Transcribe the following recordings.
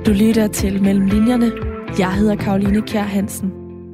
Du lytter til Mellem Linjerne. Jeg hedder Caroline Kjær Hansen.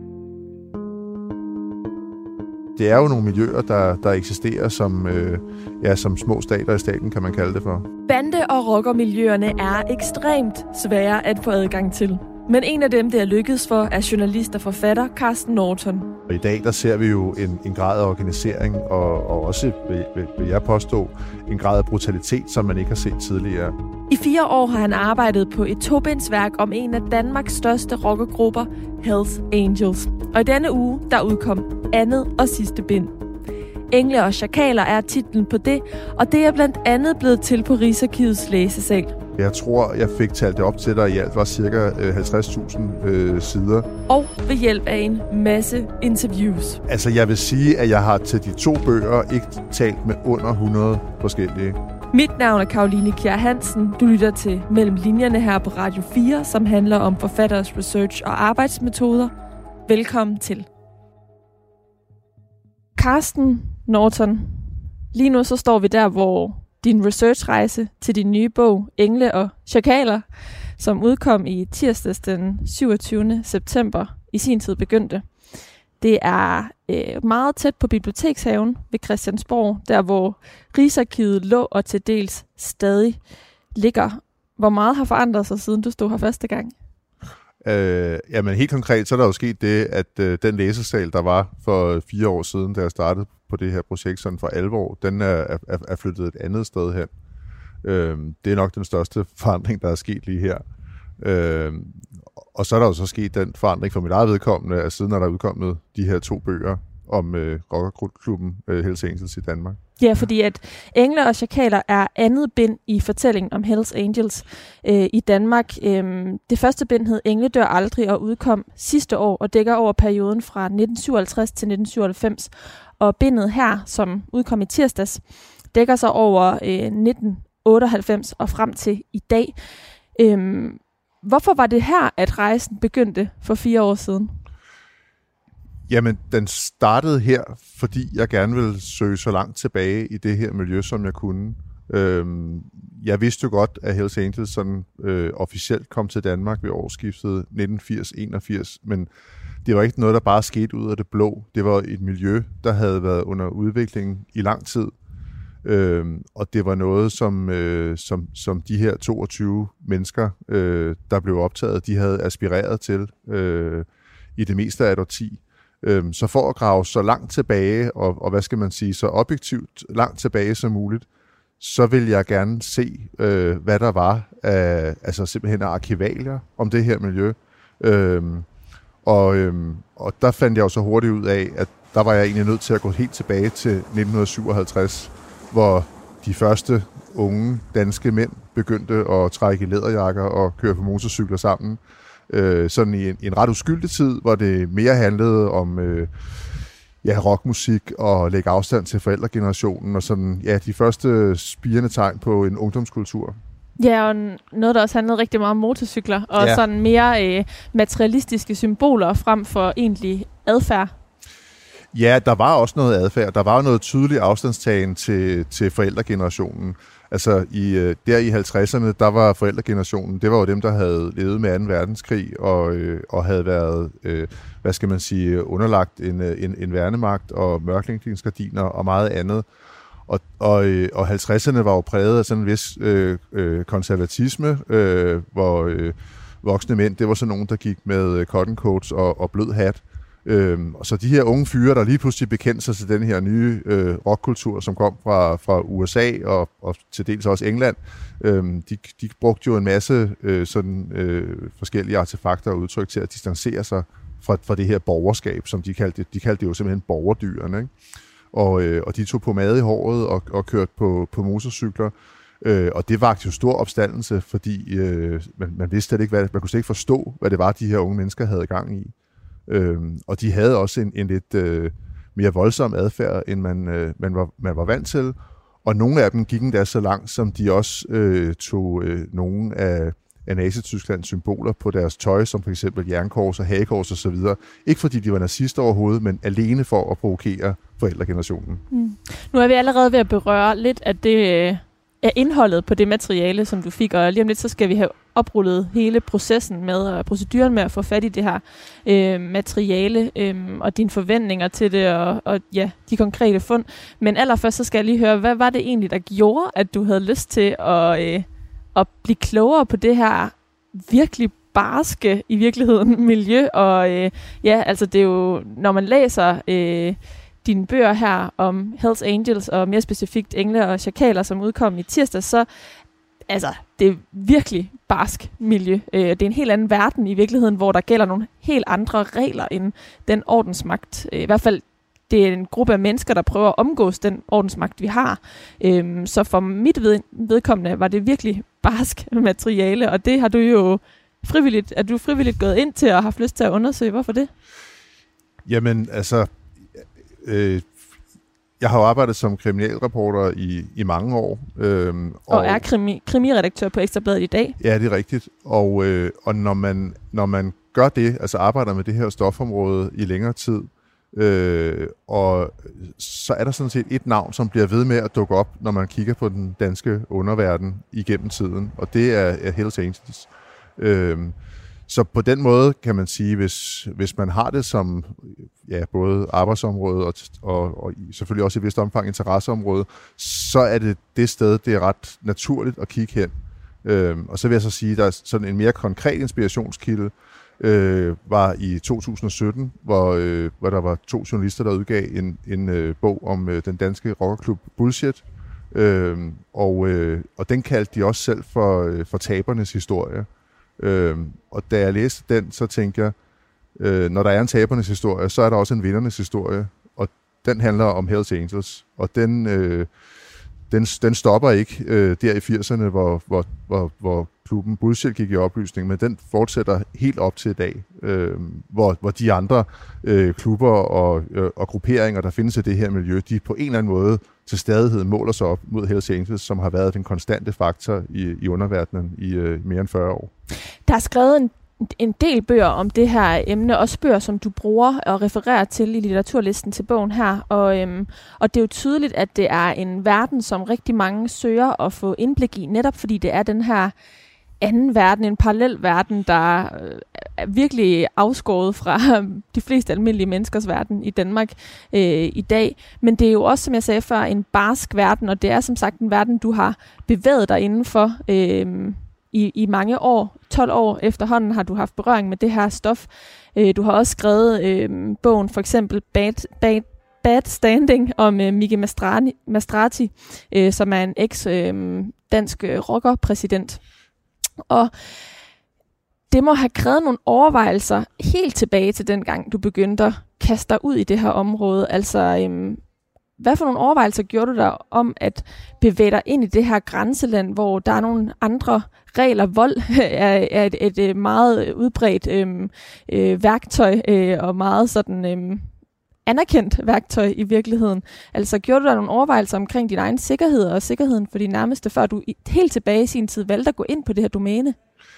Det er jo nogle miljøer, der eksisterer som små stater i staten, kan man kalde det for. Bande- og rockermiljøerne er ekstremt svære at få adgang til. Men en af dem, det er lykkedes for, er journalist og forfatter Carsten Norton. Og i dag der ser vi jo en grad af organisering, og også, vil jeg påstå, en grad af brutalitet, som man ikke har set tidligere. I 4 år har han arbejdet på et 2-bindsværk om en af Danmarks største rockergrupper, Hells Angels. Og i denne uge, der udkom andet og sidste bind. Engle og Sjakaler er titlen på det, og det er blandt andet blevet til på Rigsarkivets læsesal. Jeg tror, jeg fik talt det op til, der i alt var ca. 50.000 sider. Og ved hjælp af en masse interviews. Altså, jeg vil sige, at jeg har til de 2 bøger ikke talt med under 100 forskellige. Mit navn er Caroline Kjær Hansen. Du lytter til Mellem Linjerne her på Radio 4, som handler om forfatteres research og arbejdsmetoder. Velkommen til. Carsten Norton, lige nu så står vi der, hvor din researchrejse til din nye bog, Engle og Sjakaler, som udkom i tirsdags den 27. september, i sin tid begyndte. Det er meget tæt på Bibliotekshaven ved Christiansborg, der hvor Rigsarkivet lå og til dels stadig ligger. Hvor meget har forandret sig, siden du stod her første gang? Jamen helt konkret, så er der jo sket det, at den læsesal, der var for 4 år siden, da jeg startede på det her projekt, sådan for alvor, den er flyttet et andet sted hen. Det er nok den største forandring, der er sket lige her. Og så er der jo så sket den forandring for mit eget vedkommende, at siden er der udkommet de her 2 bøger om rockerklubben Hells Angels i Danmark. Ja, fordi at Engle og Sjakaler er andet bind i fortællingen om Hells Angels i Danmark. Det første bind hed Engle dør aldrig og udkom sidste år og dækker over perioden fra 1957 til 1997. Og bindet her, som udkom i tirsdags, dækker sig over 1998 og frem til i dag. Hvorfor var det her, at rejsen begyndte for 4 år siden? Jamen, den startede her, fordi jeg gerne ville søge så langt tilbage i det her miljø, som jeg kunne. Jeg vidste jo godt, at Hells Angels sådan, officielt kom til Danmark ved årsskiftet 1980-81, men det var ikke noget, der bare skete ud af det blå. Det var et miljø, der havde været under udvikling i lang tid. Og det var noget, som de her 22 mennesker, der blev optaget, de havde aspireret til i det meste af et årti. Så for at grave så langt tilbage, og hvad skal man sige, så objektivt langt tilbage som muligt, så vil jeg gerne se, hvad der var af, altså simpelthen af arkivalier om det her miljø. Og der fandt jeg jo så hurtigt ud af, at der var jeg egentlig nødt til at gå helt tilbage til 1957, hvor de første unge danske mænd begyndte at trække læderjakker og køre på motorcykler sammen. Sådan i en ret uskyldig tid, hvor det mere handlede om rockmusik og lægge afstand til forældregenerationen og sådan, de første spirende tegn på en ungdomskultur. Ja, og noget, der også handlede rigtig meget om motorcykler og sådan mere materialistiske symboler frem for egentlig adfærd. Ja, der var også noget adfærd. Der var noget tydelig afstandstagen til forældregenerationen. Altså der i 50'erne, der var forældregenerationen, det var jo dem, der havde levet med 2. verdenskrig og havde været, underlagt en værnemagt og mørklægningsgardiner og meget andet. Og 50'erne var jo præget af sådan en vis konservatisme, hvor voksne mænd, det var sådan nogen, der gik med cotton coats og blød hat. Og så de her unge fyre, der lige pludselig bekendte sig til den her nye rockkultur, som kom fra USA og til dels også England, de brugte jo en masse forskellige artefakter og udtryk til at distancere sig fra det her borgerskab, som de kaldte det jo simpelthen borgerdyrene, ikke? Og de tog pomade i håret og kørte på motorcykler. Og det vagte jo stor opstandelse, fordi man vidste slet ikke, man kunne slet ikke forstå, hvad det var, de her unge mennesker havde gang i. Og de havde også en lidt mere voldsom adfærd, end man var vant til. Og nogle af dem gik endda så langt, som de også tog nogle af Nazi-Tysklands symboler på deres tøj, som for eksempel jernkors og hagekors og så videre. Ikke fordi de var nazister overhovedet, men alene for at provokere forældregenerationen. Nu er vi allerede ved at berøre lidt af det af indholdet på det materiale, som du fik, og lige om lidt, så skal vi have oprullet hele processen med, og proceduren med at få fat i det her materiale, og dine forventninger til det, og ja, de konkrete fund. Men allerførst, så skal jeg lige høre, hvad var det egentlig, der gjorde, at du havde lyst til at blive klogere på det her virkelig barske, i virkeligheden, miljø, og ja, altså det er jo, når man læser dine bøger her om Hells Angels, og mere specifikt Engle og Sjakaler, som udkom i tirsdag, så altså, det er virkelig barsk miljø. Det er en helt anden verden i virkeligheden, hvor der gælder nogle helt andre regler end den ordensmagt. I hvert fald, det er en gruppe af mennesker, der prøver at omgås den ordensmagt, vi har. Så for mit vedkommende var det virkelig barsk materiale, og det har du jo frivilligt gået ind til og haft lyst til at undersøge. Hvorfor det? Jamen, altså, jeg har jo arbejdet som kriminalreporter i mange år. Og er krimiredaktør på Ekstra Bladet i dag. Ja, det er rigtigt. Og når man gør det, altså arbejder med det her stofområde i længere tid, og så er der sådan set et navn, som bliver ved med at dukke op, når man kigger på den danske underverden igennem tiden, og det er Hells Angels. Så på den måde kan man sige, hvis man har det som både arbejdsområde og selvfølgelig også i vist omfang interesseområde, så er det sted, det er ret naturligt at kigge hen. Og så vil jeg så sige, at der er sådan en mere konkret inspirationskilde, var i 2017, hvor der var 2 journalister, der udgav en bog om den danske rockerklub Bullshit, og den kaldte de også selv for tabernes historie. Og da jeg læste den, så tænkte jeg, når der er en tabernes historie, så er der også en vindernes historie, og den handler om Hells Angels, og den stopper ikke der i 80'erne, hvor klubben Bullshit gik i opløsning, men den fortsætter helt op til i dag, hvor de andre klubber og grupperinger, der findes i det her miljø, de på en eller anden måde til stadighed måler sig op mod Hells Angels, som har været den konstante faktor i underverdenen i mere end 40 år. Der er skrevet en del bøger om det her emne, også bøger, som du bruger og refererer til i litteraturlisten til bogen her. Og det er jo tydeligt, at det er en verden, som rigtig mange søger at få indblik i, netop fordi det er den her anden verden, en parallel verden, der er virkelig afskåret fra de fleste almindelige menneskers verden i Danmark i dag. Men det er jo også, som jeg sagde før, en barsk verden, og det er som sagt en verden, du har bevæget dig indenfor i mange år. 12 år efterhånden har du haft berøring med det her stof. Du har også skrevet bogen, for eksempel Bad Standing, om Miki Mastrati, som er en ex-dansk rockerpræsident. Og det må have krævet nogle overvejelser helt tilbage til den gang, du begyndte at kaste dig ud i det her område. Altså, hvad for nogle overvejelser gjorde du der om at bevæge dig ind i det her grænseland, hvor der er nogle andre regler? Vold er et meget udbredt værktøj, og meget sådan anerkendt værktøj i virkeligheden. Altså, gjorde du der nogle overvejelser omkring din egen sikkerhed og sikkerheden for de nærmeste, før du helt tilbage i sin tid valgte at gå ind på det her domæne?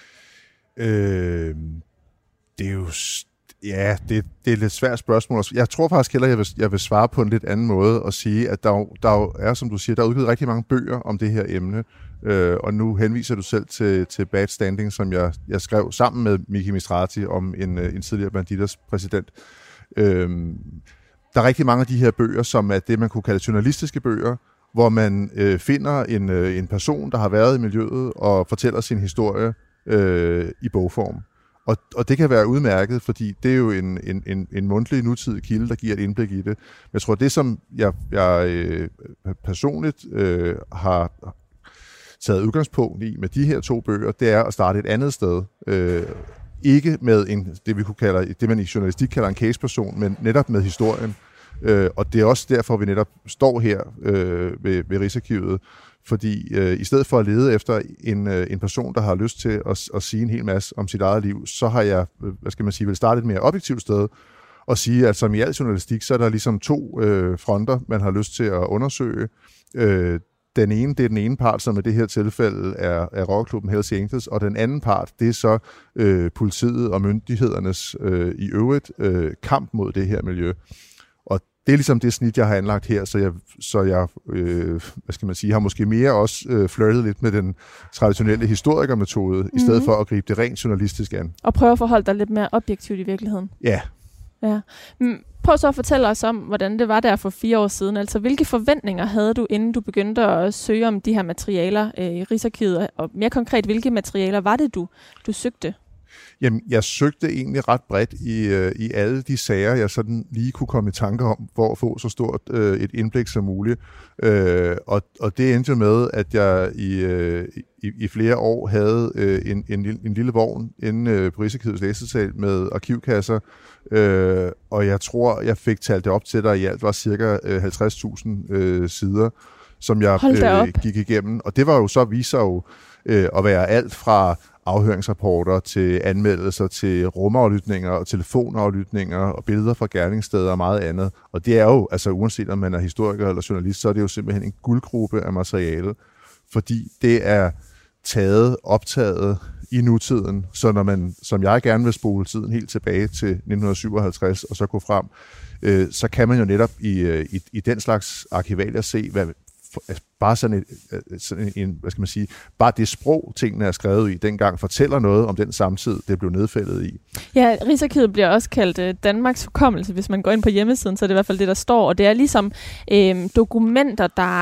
Det er jo... Ja, det er et lidt svært spørgsmål. Jeg tror faktisk heller, jeg vil svare på en lidt anden måde og sige, at der er, som du siger, der er udgivet rigtig mange bøger om det her emne. Og nu henviser du selv til Bad Standing, som jeg skrev sammen med Miki Mastrati om en tidligere Banditers præsident. Der er rigtig mange af de her bøger, som er det, man kunne kalde journalistiske bøger, hvor man finder en person, der har været i miljøet og fortæller sin historie i bogform. Og det kan være udmærket, fordi det er jo en mundtlig nutidig kilde, der giver et indblik i det. Men jeg tror, det som jeg personligt har taget udgangspunkt i med de her 2 bøger, det er at starte et andet sted. Ikke med det man i journalistik kalder en caseperson, men netop med historien. Og det er også derfor, vi netop står her ved Rigsarkivet, fordi i stedet for at lede efter en person, der har lyst til at sige en hel masse om sit eget liv, så har jeg, vil starte et mere objektivt sted og sige, at som i al journalistik, så er der ligesom 2 fronter, man har lyst til at undersøge. Den ene, det er den ene part, som i det her tilfælde er rockerklubben Hells Angels, og den anden part, det er så politiet og myndighedernes i øvrigt kamp mod det her miljø. Og det er ligesom det snit, jeg har anlagt her, så jeg hvad skal man sige, har måske mere også flirtet lidt med den traditionelle historikermetode, i stedet for at gribe det rent journalistisk an. Og prøve at forholde dig lidt mere objektivt i virkeligheden. Ja. Ja. Prøv så at fortælle os om, hvordan det var der for 4 år siden. Altså, hvilke forventninger havde du, inden du begyndte at søge om de her materialer i Rigsarkivet? Og mere konkret, hvilke materialer var det, du søgte? Jamen, jeg søgte egentlig ret bredt i alle de sager, jeg sådan lige kunne komme i tanke om, for at få så stort et indblik som muligt. Og det endte med, at jeg i flere år havde en lille vogn inde på Rigsarkivets læsesal med arkivkasser, og jeg tror, jeg fik talt det op til, der i alt var cirka 50.000 sider, som jeg gik igennem. Og det var jo så, viser jo at være alt fra afhøringsrapporter til anmeldelser, til rumaflytninger og telefonaflytninger og billeder fra gerningssteder og meget andet. Og det er jo, altså uanset om man er historiker eller journalist, så er det jo simpelthen en guldgruppe af materiale, fordi det er optaget i nutiden. Så når man, som jeg gerne vil spole tiden helt tilbage til 1957 og så gå frem, så kan man jo netop i den slags arkivalier se, hvad bare sådan en, hvad skal man sige, bare det sprog, tingene er skrevet i, dengang fortæller noget om den samtid, det blev nedfældet i. Ja, Rigsarkivet bliver også kaldt Danmarks hukommelse, hvis man går ind på hjemmesiden, så er det i hvert fald det, der står, og det er ligesom dokumenter,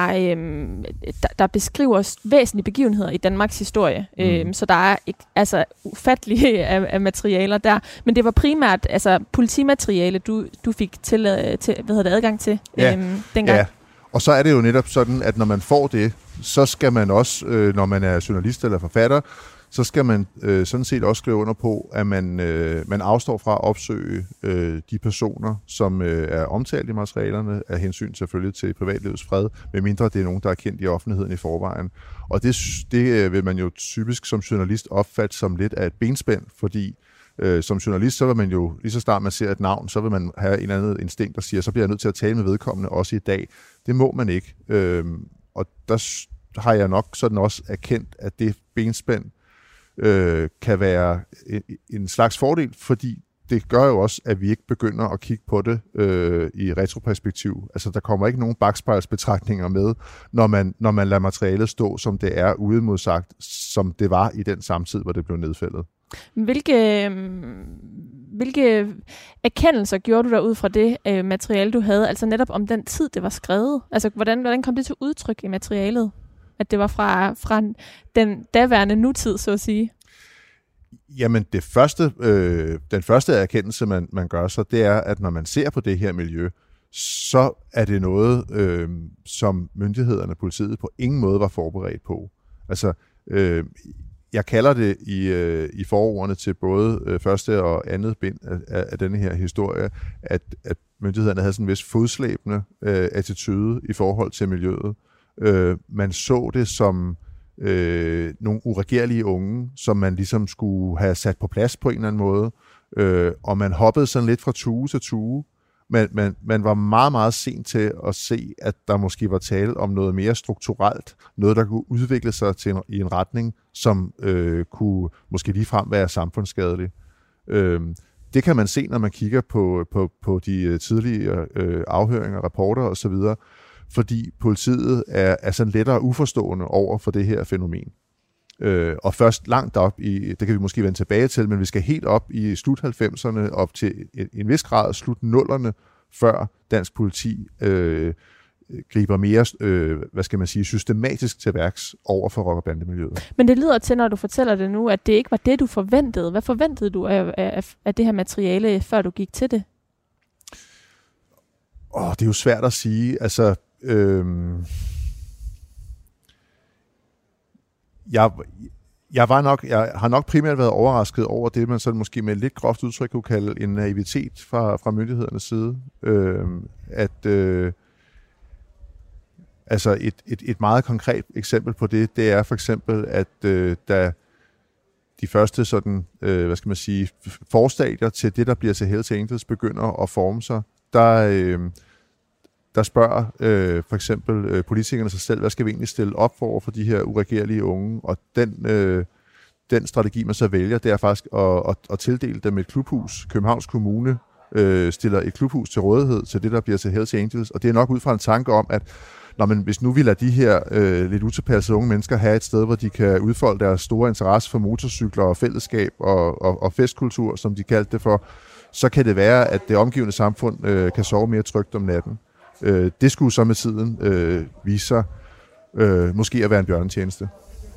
der beskriver væsentlige begivenheder i Danmarks historie, så der er altså ufattelige af materialer der, men det var primært altså politimateriale, du fik adgang til dengang. Ja. Og så er det jo netop sådan, at når man får det, så skal man også, når man er journalist eller forfatter, så skal man sådan set også skrive under på, at man afstår fra at opsøge de personer, som er omtalt i materialerne, af hensyn selvfølgelig til privatlivets fred, medmindre det er nogen, der er kendt i offentligheden i forvejen. Og det vil man jo typisk som journalist opfatte som lidt af et benspænd, fordi som journalist, så vil man jo, lige så snart man ser et navn, så vil man have en eller anden instinkt, der siger, så bliver jeg nødt til at tale med vedkommende også i dag. Det må man ikke. Og der har jeg nok sådan også erkendt, at det benspænd kan være en slags fordel, fordi det gør jo også, at vi ikke begynder at kigge på det i retroperspektiv. Altså, der kommer ikke nogen bakspejlsbetragtninger med, når man lader materialet stå, som det er uimodsagt, som det var i den samtid, hvor det blev nedfældet. Hvilke erkendelser gjorde du der ud fra det materiale, du havde? Altså netop om den tid, det var skrevet? Altså, hvordan kom det til udtryk i materialet? At det var fra den daværende nutid, så at sige? Jamen, den første erkendelse, man gør så, det er, at når man ser på det her miljø, så er det noget, som myndighederne, politiet, på ingen måde var forberedt på. Altså, jeg kalder det i forordene til både første og andet bind af denne her historie, at myndighederne havde sådan en vis fodslæbende attitude i forhold til miljøet. Man så det som nogle uregerlige unge, som man ligesom skulle have sat på plads på en eller anden måde, og man hoppede sådan lidt fra tue til tue. Man var meget, meget sent til at se, at der måske var tale om noget mere strukturelt, noget, der kunne udvikle sig i en retning, som kunne måske ligefrem være samfundsskadelig. Det kan man se, når man kigger på de tidlige afhøringer, rapporter osv., fordi politiet er sådan lettere uforstående over for det her fænomen. Og først langt op det kan vi måske vende tilbage til, men vi skal helt op i slut 90'erne, op til en vis grad slut 0'erne, før dansk politi griber mere, hvad skal man sige, systematisk til værks over for rock- og bandemiljøet. Men det lyder til, når du fortæller det nu, at det ikke var det, du forventede. Hvad forventede du af det her materiale, før du gik til det? Det er jo svært at sige. Altså, jeg har nok primært været overrasket over det, man sådan måske med lidt groft udtryk kunne kalde en naivitet fra myndighedernes side. Altså et meget konkret eksempel på det er for eksempel, at da de første sådan, hvad skal man sige, forstadier til det, der bliver til Hells Angels, begynder at forme sig, der spørger for eksempel politikerne sig selv, hvad skal vi egentlig stille op for de her uregerlige unge, og den strategi, man så vælger, det er faktisk at tildele dem et klubhus. Københavns Kommune stiller et klubhus til rådighed til det, der bliver til Hells Angels, og det er nok ud fra en tanke om, at hvis nu vi lader de her lidt utilpassede unge mennesker have et sted, hvor de kan udfolde deres store interesse for motorcykler og fællesskab og festkultur, som de kaldte det for, så kan det være, at det omgivende samfund kan sove mere trygt om natten. Det skulle så med tiden vise sig måske at være en bjørnetjeneste.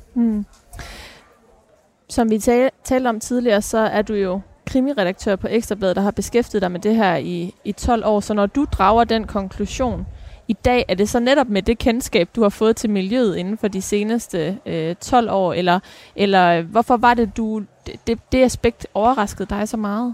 Som vi talte om tidligere, så er du jo krimiredaktør på Ekstra Bladet, der har beskæftiget dig med det her i 12 år. Så når du drager den konklusion i dag, er det så netop med det kendskab, du har fået til miljøet inden for de seneste 12 år? Eller hvorfor var det, det aspekt overraskede dig så meget?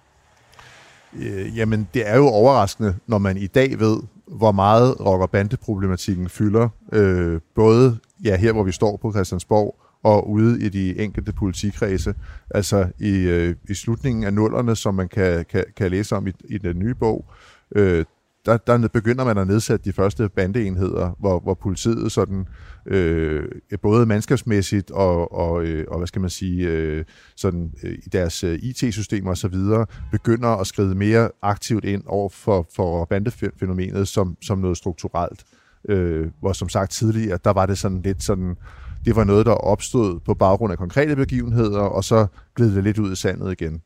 Jamen, det er jo overraskende, når man i dag ved, hvor meget rocker-bande-problematikken fylder. Både her, hvor vi står på Christiansborg, og ude i de enkelte politikredse. Altså i slutningen af 00'erne, som man kan læse om i den nye bog, der begynder man at nedsætte de første bandeenheder, hvor politiet sådan både mandskabsmæssigt og hvad skal man sige, sådan i deres IT-systemer og så videre, begynder at skride mere aktivt ind over for bandefænomenet som noget strukturelt. Hvor som sagt tidligere, der var det sådan lidt sådan, det var noget, der opstod på baggrund af konkrete begivenheder, og så gled det lidt ud i sandet igen.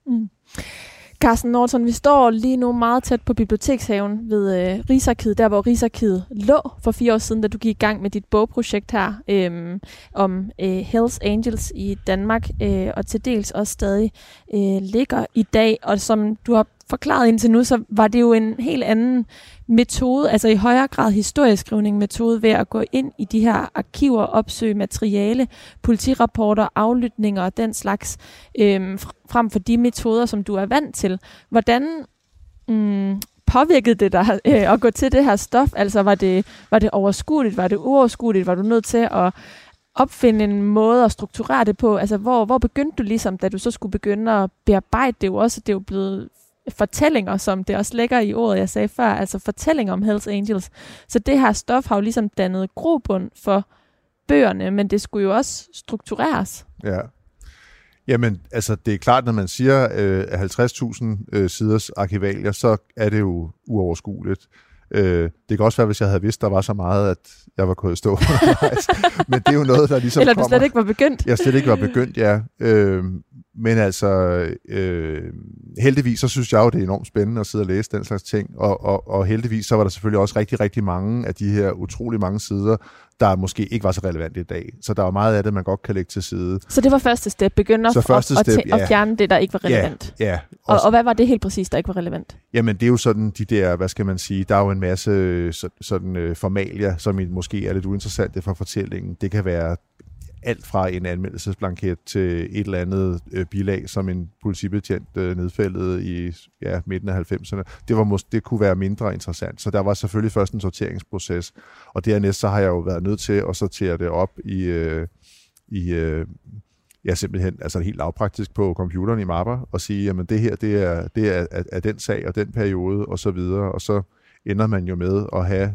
Carsten Norton, vi står lige nu meget tæt på Bibliotekshaven ved Rigsarkivet, der hvor Rigsarkivet lå for 4 år siden, da du gik i gang med dit bogprojekt her om Hells Angels i Danmark, og til dels også stadig ligger i dag. Og som du har forklaret indtil nu, så var det jo en helt anden metode, altså i højere grad historieskrivning metode, ved at gå ind i de her arkiver, opsøge materiale, politirapporter, aflytninger og den slags, frem for de metoder, som du er vant til. Hvordan påvirkede det dig at gå til det her stof? Altså var det overskueligt, var det uoverskueligt, var du nødt til at opfinde en måde at strukturere det på? Altså hvor begyndte du ligesom, da du så skulle begynde at bearbejde det jo også? Det er jo blevet fortællinger, som det også ligger i ordet, jeg sagde før, altså fortællinger om Hells Angels. Så det her stof har jo ligesom dannet grobund for bøgerne, men det skulle jo også struktureres. Ja. Jamen, altså det er klart, når man siger 50.000 siders arkivalier, så er det jo uoverskueligt. Det kan også være, hvis jeg havde vidst, der var så meget, at jeg var gået i stå. Men det er jo noget, der ligesom eller du slet ikke var begyndt. Jeg slet ikke var begyndt, ja. Men altså, heldigvis, så synes jeg jo, det er enormt spændende at sidde og læse den slags ting. Og heldigvis, så var der selvfølgelig også rigtig, rigtig mange af de her utrolig mange sider, der måske ikke var så relevante i dag. Så der var meget af det, man godt kan lægge til side. Så det var første step, begynder at fjerne det, der ikke var relevant. Ja. Og hvad var det helt præcis, der ikke var relevant? Jamen, det er jo sådan de der, hvad skal man sige, der er jo en masse sådan formalia, som måske er lidt uinteressante for fortællingen. Det kan være alt fra en anmeldelsesblanket til et eller andet bilag, som en politibetjent nedfældede i midten af 90'erne. Det kunne være mindre interessant. Så der var selvfølgelig først en sorteringsproces. Og dernæst så har jeg jo været nødt til at sortere det op i simpelthen altså helt lavpraktisk på computeren i mapper og sige, jamen det her, det er den sag og den periode og så videre. Og så ender man jo med at have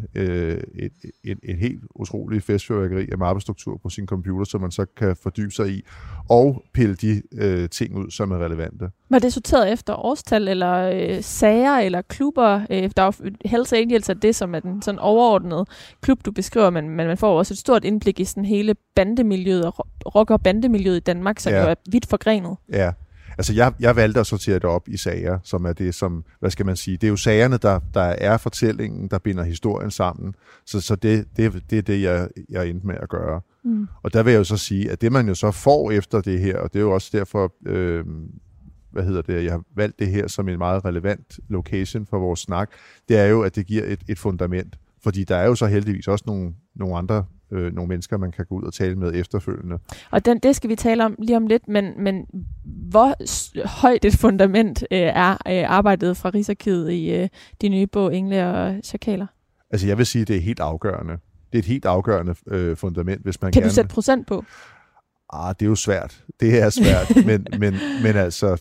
et helt utroligt festfyrværkeri af mappestruktur på sin computer, som man så kan fordybe sig i, og pille de ting ud, som er relevante. Var det sorteret efter årstal, eller sager, eller klubber? Hells Angels er det, som er den sådan overordnede klub, du beskriver, men man får også et stort indblik i sådan hele bandemiljøet, og rock- og bandemiljøet i Danmark, som jo er vidt forgrenet. Ja. Altså, jeg valgte at sortere det op i sager, som er det, som, hvad skal man sige, det er jo sagerne, der er fortællingen, der binder historien sammen. Så det er det, jeg endte med at gøre. Og der vil jeg jo så sige, at det man jo så får efter det her, og det er jo også derfor, jeg har valgt det her som en meget relevant location for vores snak, det er jo, at det giver et fundament. Fordi der er jo så heldigvis også nogle andre nogle mennesker, man kan gå ud og tale med efterfølgende. Og det skal vi tale om lige om lidt, men hvor højt et fundament er arbejdet fra Rigsarkivet i de nye bog, Engle og Sjakaler? Altså jeg vil sige, at det er helt afgørende. Det er et helt afgørende fundament, hvis man kan du sætte procent på? Det er jo svært. Det er svært, men altså...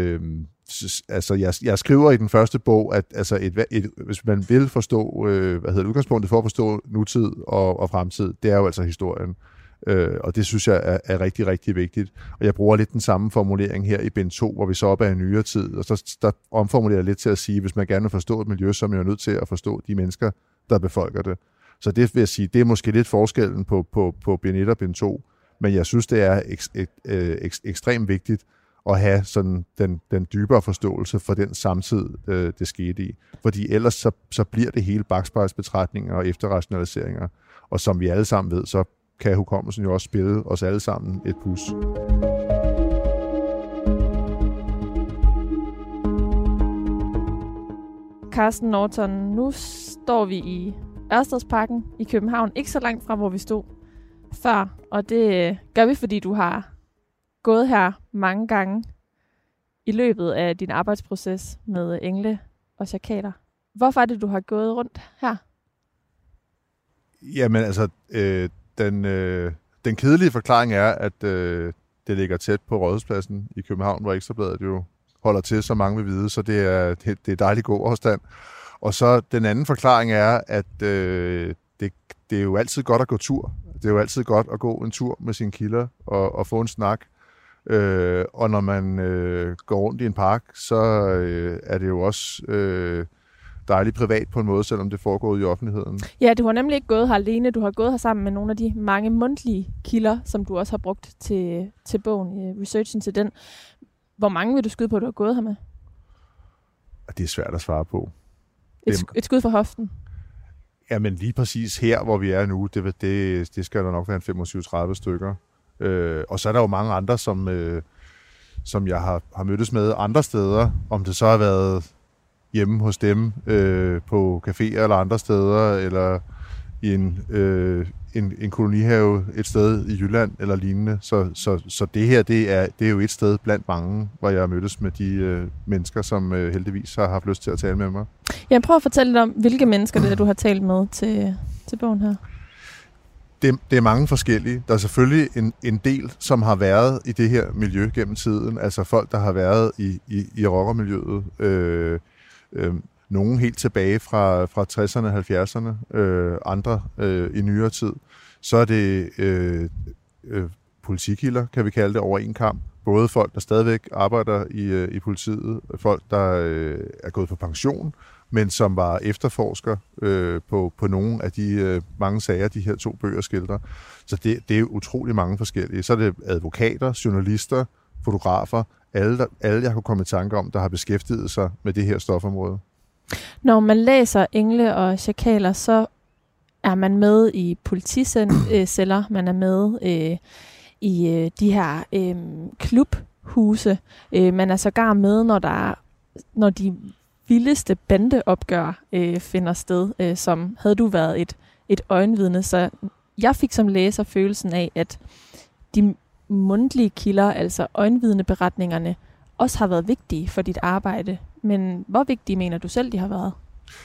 jeg skriver i den første bog, at altså hvis man vil forstå, udgangspunktet for at forstå nutid og fremtid, det er jo altså historien. Og det synes jeg er rigtig, rigtig vigtigt. Og jeg bruger lidt den samme formulering her i bind 2, hvor vi så op ad en nyere tid, og så der omformulerer jeg lidt til at sige, hvis man gerne vil forstå et miljø, så er man jo nødt til at forstå de mennesker, der befolker det. Så det vil jeg sige, det er måske lidt forskellen på bind 1 og bind 2, men jeg synes, det er ekstremt vigtigt at have sådan den dybere forståelse for den samtid, det skete i. Fordi ellers så bliver det hele bakspejlsbetragtninger og efterrationaliseringer. Og som vi alle sammen ved, så kan hukommelsen jo også spille os alle sammen et pus. Carsten Norton, nu står vi i Ørstedsparken i København, ikke så langt fra, hvor vi stod før. Og det gør vi, fordi du har gået her mange gange i løbet af din arbejdsproces med engle og sjakaler. Hvorfor er det, du har gået rundt her? Jamen altså, den kedelige forklaring er, at det ligger tæt på Rådhuspladsen i København, hvor Ekstra Bladet jo holder til, så mange vil vide, så det er dejligt god afstand. Og så den anden forklaring er, at det er jo altid godt at gå tur. Det er jo altid godt at gå en tur med sine kilder og få en snak. Og når man går rundt i en park, så er det jo også dejligt privat på en måde, selvom det foregår i offentligheden. Ja, du har nemlig ikke gået her alene. Du har gået her sammen med nogle af de mange mundtlige kilder, som du også har brugt til bogen, researchen til den. Hvor mange vil du skyde på, du har gået her med? Det er svært at svare på. Et skud fra hoften? Jamen lige præcis her, hvor vi er nu, det skal der nok være en 25-30 stykker. Og så er der jo mange andre, som jeg har mødtes med andre steder, om det så har været hjemme hos dem, på caféer eller andre steder, eller i en kolonihave et sted i Jylland eller lignende. Så det her, det er jo et sted blandt mange, hvor jeg har mødtes med de mennesker, som heldigvis har haft lyst til at tale med mig. Ja, prøv at fortælle lidt om, hvilke mennesker det er, du har talt med til bogen her. Det er mange forskellige. Der er selvfølgelig en del, som har været i det her miljø gennem tiden. Altså folk, der har været i rockermiljøet. Nogle helt tilbage fra 60'erne og 70'erne. Andre i nyere tid. Så er det politikilder, kan vi kalde det, over en kamp. Både folk, der stadigvæk arbejder i politiet. Folk, der er gået på pension, men som var efterforsker på nogle af de mange sager, de her 2 bøger skildrer. Så det er utrolig mange forskellige. Så er det advokater, journalister, fotografer, alle jeg kunne komme i tanke om, der har beskæftiget sig med det her stofområde. Når man læser engle og sjakaler, så er man med i politiceller, man er med i de her klubhuse. Man er sågar med, når de vildeste bandeopgør finder sted, som havde du været et øjenvidne. Så jeg fik som læser følelsen af, at de mundtlige kilder, altså øjenvidneberetningerne, også har været vigtige for dit arbejde. Men hvor vigtige mener du selv, de har været?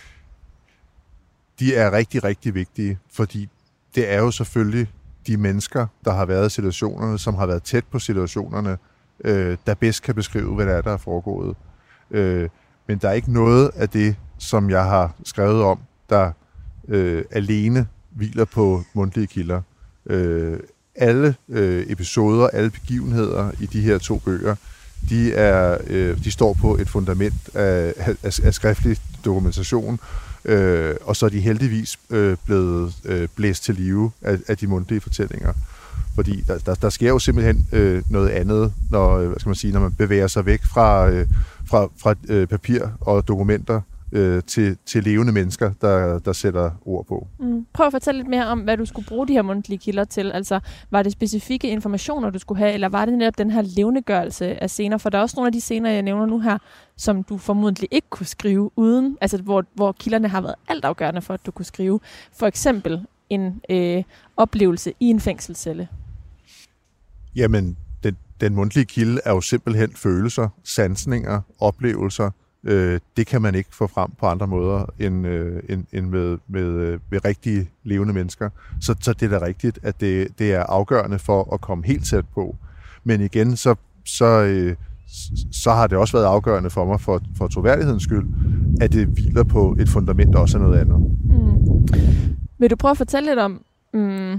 De er rigtig, rigtig vigtige, fordi det er jo selvfølgelig de mennesker, der har været i situationerne, som har været tæt på situationerne, der bedst kan beskrive, hvad der er foregået. Men der er ikke noget af det, som jeg har skrevet om, der alene hviler på mundtlige kilder. Alle episoder, alle begivenheder i de her 2 bøger, de står på et fundament af skriftlig dokumentation, og så er de heldigvis blevet blæst til live af de mundtlige fortællinger. Fordi der sker jo simpelthen noget andet, når man bevæger sig væk fra papir og dokumenter til levende mennesker, der sætter ord på. Prøv at fortælle lidt mere om, hvad du skulle bruge de her mundtlige kilder til. Altså, var det specifikke informationer, du skulle have, eller var det netop den her levendegørelse af scener? For der er også nogle af de scener, jeg nævner nu her, som du formodentlig ikke kunne skrive uden, altså hvor kilderne har været altafgørende for, at du kunne skrive. For eksempel en oplevelse i en fængselscelle. Jamen, den mundtlige kilde er jo simpelthen følelser, sansninger, oplevelser. Det kan man ikke få frem på andre måder end med rigtige levende mennesker. Så det er da rigtigt, at det er afgørende for at komme helt tæt på. Men igen, så har det også været afgørende for mig for troværdighedens skyld, at det hviler på et fundament, også af noget andet. Vil du prøve at fortælle lidt om,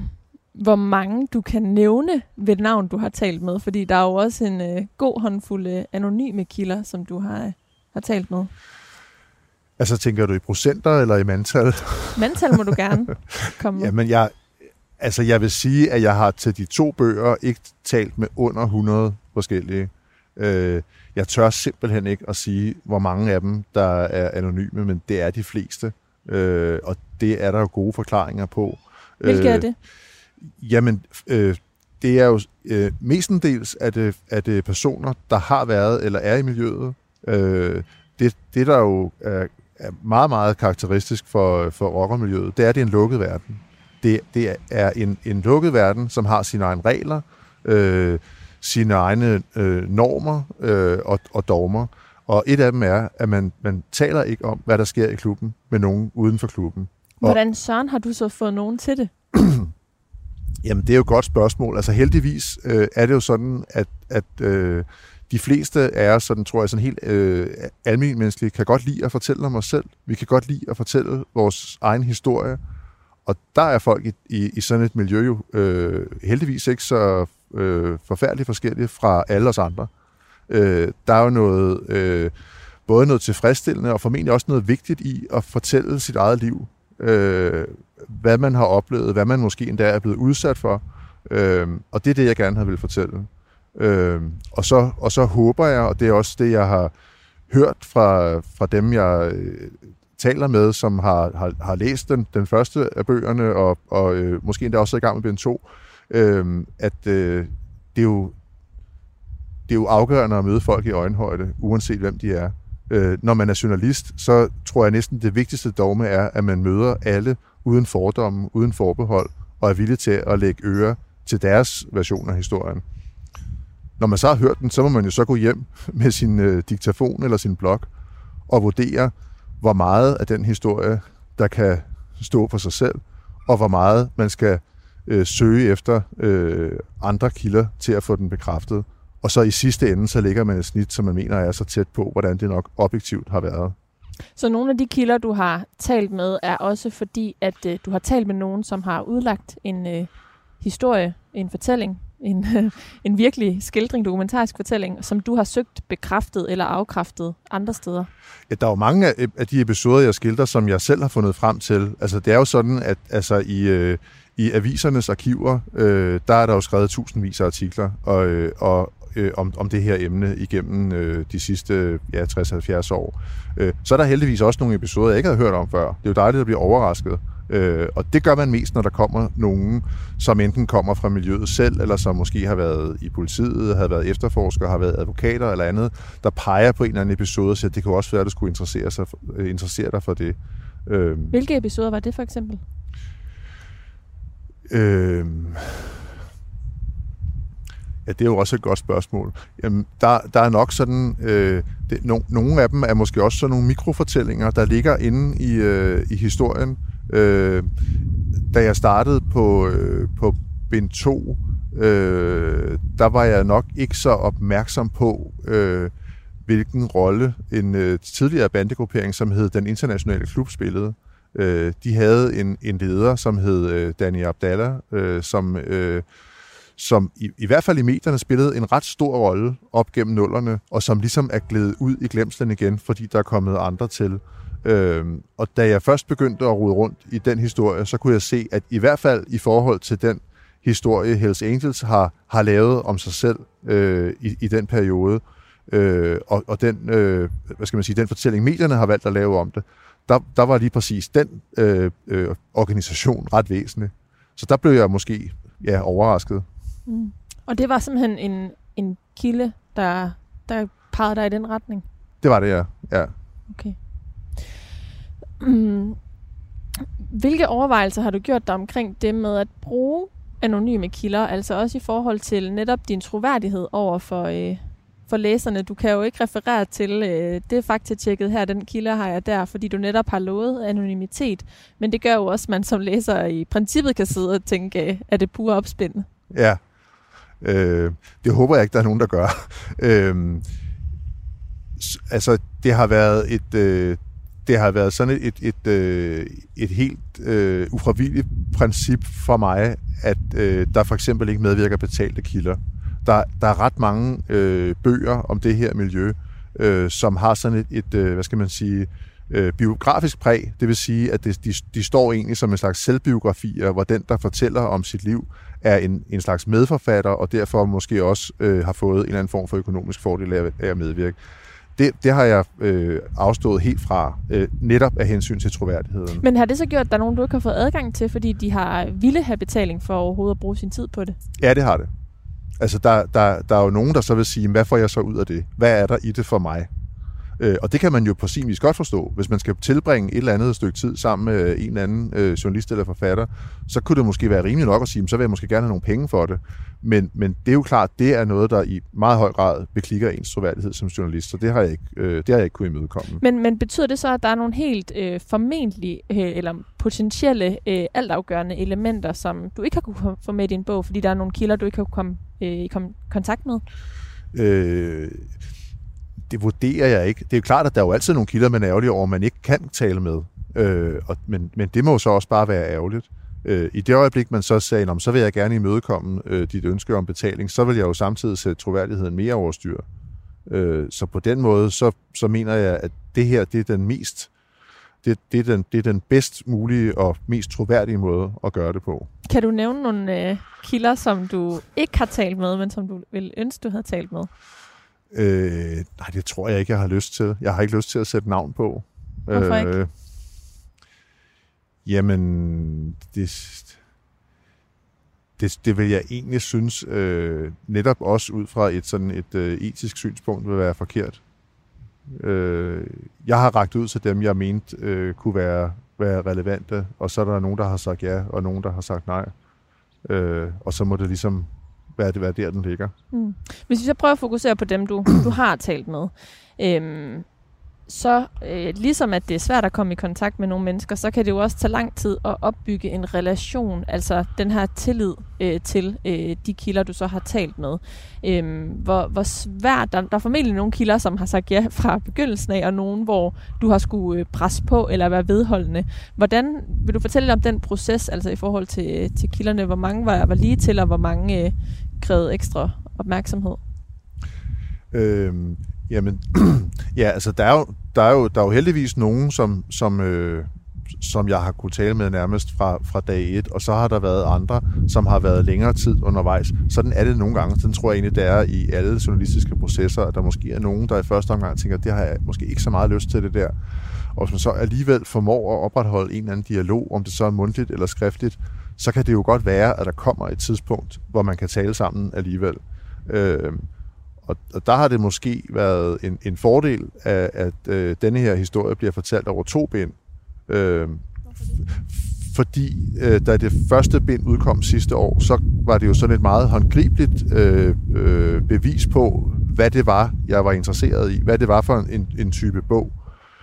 hvor mange du kan nævne ved navn, du har talt med? Fordi der er jo også en god håndfuld anonyme kilder, som du har talt med. Altså, tænker du i procenter eller i mandtal? Mandtal må du gerne komme med. Jamen, jeg vil sige, at jeg har til de 2 bøger ikke talt med under 100 forskellige. Jeg tør simpelthen ikke at sige, hvor mange af dem, der er anonyme, men det er de fleste. Og det er der jo gode forklaringer på. Hvilke er det? Jamen, det er jo mestendels er det personer, der har været eller er i miljøet. Det der jo er meget, meget karakteristisk for rockermiljøet, det er, at det er en lukket verden. Det er en lukket verden, som har sine egne regler, sine egne normer og dogmer. Og et af dem er, at man taler ikke om, hvad der sker i klubben med nogen uden for klubben. Hvordan søren har du så fået nogen til det? Jamen, det er jo et godt spørgsmål. Altså heldigvis er det jo sådan, at de fleste af os, sådan, tror jeg, sådan helt almenmenneskelige, kan godt lide at fortælle om os selv. Vi kan godt lide at fortælle vores egen historie. Og der er folk i sådan et miljø jo heldigvis ikke så forfærdeligt forskellige fra alle os andre. Der er jo noget, både noget tilfredsstillende og formentlig også noget vigtigt i at fortælle sit eget liv. Hvad man har oplevet, hvad man måske endda er blevet udsat for. Og det er det, jeg gerne vil fortælle. Og så håber jeg, og det er også det, jeg har hørt fra dem, jeg taler med, som har læst den første af bøgerne, og måske endda også er i gang med bind 2, at det er jo afgørende at møde folk i øjenhøjde, uanset hvem de er. Når man er journalist, så tror jeg næsten det vigtigste dogme er, at man møder alle uden fordomme, uden forbehold, og er villig til at lægge øre til deres version af historien. Når man så har hørt den, så må man jo så gå hjem med sin diktafon eller sin blog og vurdere, hvor meget af den historie, der kan stå for sig selv, og hvor meget man skal søge efter andre kilder til at få den bekræftet. Og så i sidste ende, så ligger man et snit, som man mener er så tæt på, hvordan det nok objektivt har været. Så nogle af de kilder, du har talt med, er også fordi, at du har talt med nogen, som har udlagt en historie, en fortælling, en virkelig skildring, dokumentarisk fortælling, som du har søgt bekræftet eller afkræftet andre steder? Ja, der er jo mange af de episoder, jeg skildrer, som jeg selv har fundet frem til. Altså, det er jo sådan, at altså, i avisernes arkiver, der er der jo skrevet tusindvis af artikler om det her emne igennem de sidste 60-70 år. Så er der heldigvis også nogle episoder, jeg ikke havde hørt om før. Det er jo dejligt at blive overrasket. Og det gør man mest, når der kommer nogen, som enten kommer fra miljøet selv, eller som måske har været i politiet, har været efterforskere, har været advokater eller andet, der peger på en eller anden episode og siger, at det kunne også være, at du skulle interessere dig for det. Hvilke episoder var det for eksempel? Ja, det er jo også et godt spørgsmål. Jamen, der er nok sådan... nogle af dem er måske også sådan nogle mikrofortællinger, der ligger inde i historien. Da jeg startede på bind 2, der var jeg nok ikke så opmærksom på, hvilken rolle en tidligere bandegruppering, som hed Den Internationale Klub, spillede. De havde en leder, som hed Danny Abdallah, som i hvert fald i medierne spillede en ret stor rolle op gennem nullerne, og som ligesom er gledet ud i glemslen igen, fordi der er kommet andre til. Og da jeg først begyndte at rode rundt i den historie, så kunne jeg se, at i hvert fald i forhold til den historie, Hells Angels har lavet om sig selv i den periode, og den, den fortælling, medierne har valgt at lave om det, der var lige præcis den organisation ret væsentlig. Så der blev jeg måske overrasket. Mm. Og det var simpelthen en kilde, der pegede dig i den retning? Det var det, ja. Okay. Hvilke overvejelser har du gjort dig omkring det med at bruge anonyme kilder, altså også i forhold til netop din troværdighed over for læserne? Du kan jo ikke referere til det faktatjekket her, den kilde har jeg der, fordi du netop har lovet anonymitet, men det gør jo også, at man som læser i princippet kan sidde og tænke, er det pure opspind? Ja, det håber jeg ikke, der er nogen, der gør. Altså, det har været det har været sådan et helt ufravigeligt princip for mig, at der for eksempel ikke medvirker betalte kilder. Der er ret mange bøger om det her miljø, som har sådan hvad skal man sige, biografisk præg. Det vil sige, at de står egentlig som en slags selvbiografier, hvor den, der fortæller om sit liv, er en slags medforfatter, og derfor måske også har fået en eller anden form for økonomisk fordel af at medvirke. Det har jeg afstået helt fra, netop af hensyn til troværdigheden. Men har det så gjort, at der er nogen, du ikke har fået adgang til, fordi de ville have betaling for overhovedet at bruge sin tid på det? Ja, det har det. Altså, der er jo nogen, der så vil sige, hvad får jeg så ud af det? Hvad er der i det for mig? Og det kan man jo på sin vis godt forstå. Hvis man skal tilbringe et eller andet stykke tid sammen med en eller anden journalist eller forfatter, så kunne det måske være rimeligt nok at sige, så vil jeg måske gerne have nogle penge for det. Men det er jo klart, det er noget, der i meget høj grad beklikker ens troværdighed som journalist, så det har jeg ikke kunnet imødekomme. Men betyder det så, at der er nogle helt formentlig eller potentielle altafgørende elementer, som du ikke har kunne få med i din bog, fordi der er nogle kilder, du ikke har kunne komme i kontakt med? Det vurderer jeg ikke. Det er jo klart, at der er jo altid nogle kilder, man er ærgerlig over, man ikke kan tale med. Men det må jo så også bare være ærgerligt. I det øjeblik, man så sagde, så vil jeg gerne imødekomme dit ønske om betaling, så vil jeg jo samtidig sætte troværdigheden mere over styr. Så på den måde, så mener jeg, at det her, det er den mest, det er den bedst mulige og mest troværdige måde at gøre det på. Kan du nævne nogle kilder, som du ikke har talt med, men som du vil ønske, du havde talt med? Nej, det tror jeg ikke, jeg har lyst til. Jeg har ikke lyst til at sætte navn på. Hvorfor ikke? Jamen, det vil jeg egentlig synes, netop også ud fra et etisk synspunkt, vil være forkert. Jeg har rakt ud til dem, jeg mente kunne være relevante, og så er der nogen, der har sagt ja, og nogen, der har sagt nej. Og så må det ligesom være der, den ligger. Hvis vi så prøver at fokusere på dem, du har talt med, så ligesom at det er svært at komme i kontakt med nogle mennesker, så kan det jo også tage lang tid at opbygge en relation, altså den her tillid til de kilder, du så har talt med. Hvor svært, der er formentlig nogle kilder, som har sagt ja fra begyndelsen af, og nogen, hvor du har skulle presse på eller være vedholdende. Hvordan vil du fortælle lidt om den proces, altså i forhold til kilderne? Hvor mange var lige til, og hvor mange krævede ekstra opmærksomhed? Jamen, ja, altså der er jo heldigvis nogen, som jeg har kunnet tale med nærmest fra dag 1, og så har der været andre, som har været længere tid undervejs. Sådan er det nogle gange. Sådan tror jeg egentlig, det er i alle journalistiske processer, at der måske er nogen, der i første omgang tænker, det har jeg måske ikke så meget lyst til det der. Og hvis man så alligevel formår at opretholde en eller anden dialog, om det så er mundtligt eller skriftligt, så kan det jo godt være, at der kommer et tidspunkt, hvor man kan tale sammen alligevel. Og der har det måske været en fordel, at denne her historie bliver fortalt over 2 bind. Fordi da det første bind udkom sidste år, så var det jo sådan et meget håndgribeligt bevis på, hvad det var, jeg var interesseret i. Hvad det var for en type bog.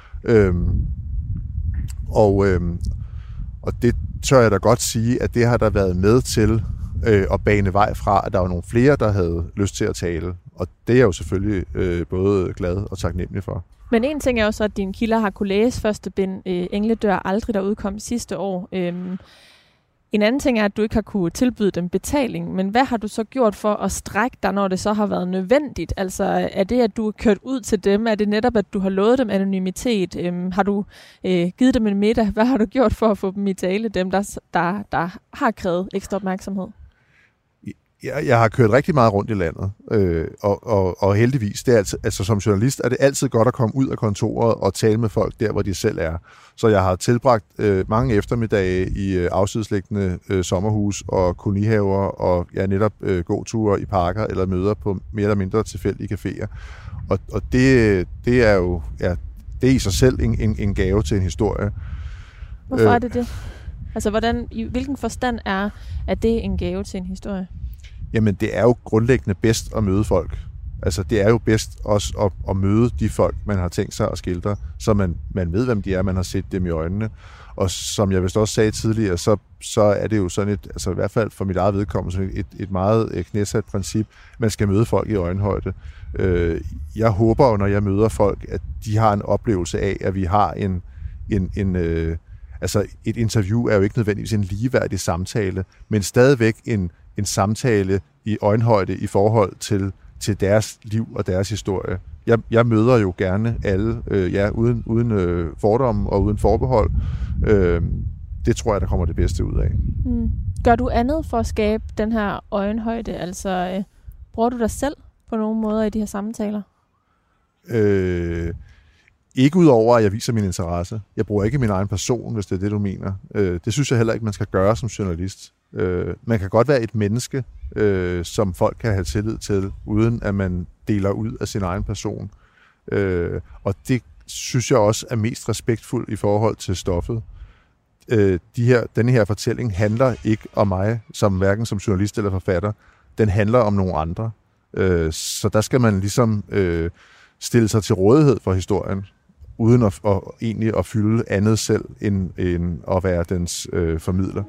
Og det tør jeg da godt sige, at det har der været med til at bane vej fra, at der var nogle flere, der havde lyst til at tale. Og det er jeg jo selvfølgelig både glad og taknemmelig for. Men en ting er jo så, at dine kilder har kunne læse første bind, Engle dør aldrig, der udkom sidste år. En anden ting er, at du ikke har kunne tilbyde dem betaling, men hvad har du så gjort for at strække dig, når det så har været nødvendigt? Altså er det, at du har kørt ud til dem? Er det netop, at du har lovet dem anonymitet? Har du givet dem en middag? Hvad har du gjort for at få dem i tale, dem der har krævet ekstra opmærksomhed? Jeg har kørt rigtig meget rundt i landet, og heldigvis, det er altså som journalist, er det altid godt at komme ud af kontoret og tale med folk der, hvor de selv er. Så jeg har tilbragt mange eftermiddage i afsidesliggende sommerhus og kolonihaver, og netop gåture i parker eller møder på mere eller mindre tilfældige caféer. Og det er jo, det er i sig selv en gave til en historie. Hvorfor er det det? Altså, i hvilken forstand er det en gave til en historie? Jamen, det er jo grundlæggende bedst at møde folk. Altså, det er jo bedst også at møde de folk, man har tænkt sig at skildre, så man ved, hvem de er, man har set dem i øjnene. Og som jeg vist også sagde tidligere, så er det jo sådan altså i hvert fald for mit eget vedkommende, et meget knæsat princip. Man skal møde folk i øjenhøjde. Jeg håber, når jeg møder folk, at de har en oplevelse af, at vi har altså et interview er jo ikke nødvendigvis en ligeværdig samtale, men stadigvæk en samtale i øjenhøjde i forhold til deres liv og deres historie. Jeg møder jo gerne alle, uden fordomme og uden forbehold. Det tror jeg, der kommer det bedste ud af. Gør du andet for at skabe den her øjenhøjde? Altså, bruger du dig selv på nogle måder i de her samtaler? Ikke udover, at jeg viser min interesse. Jeg bruger ikke min egen person, hvis det er det, du mener. Det synes jeg heller ikke, man skal gøre som journalist. Man kan godt være et menneske, som folk kan have tillid til, uden at man deler ud af sin egen person. Og det synes jeg også er mest respektfuldt i forhold til stoffet. Denne her fortælling handler ikke om mig, hverken som journalist eller forfatter. Den handler om nogle andre. Så der skal man ligesom stille sig til rådighed for historien, uden egentlig at fylde andet selv, end at være dens formidler.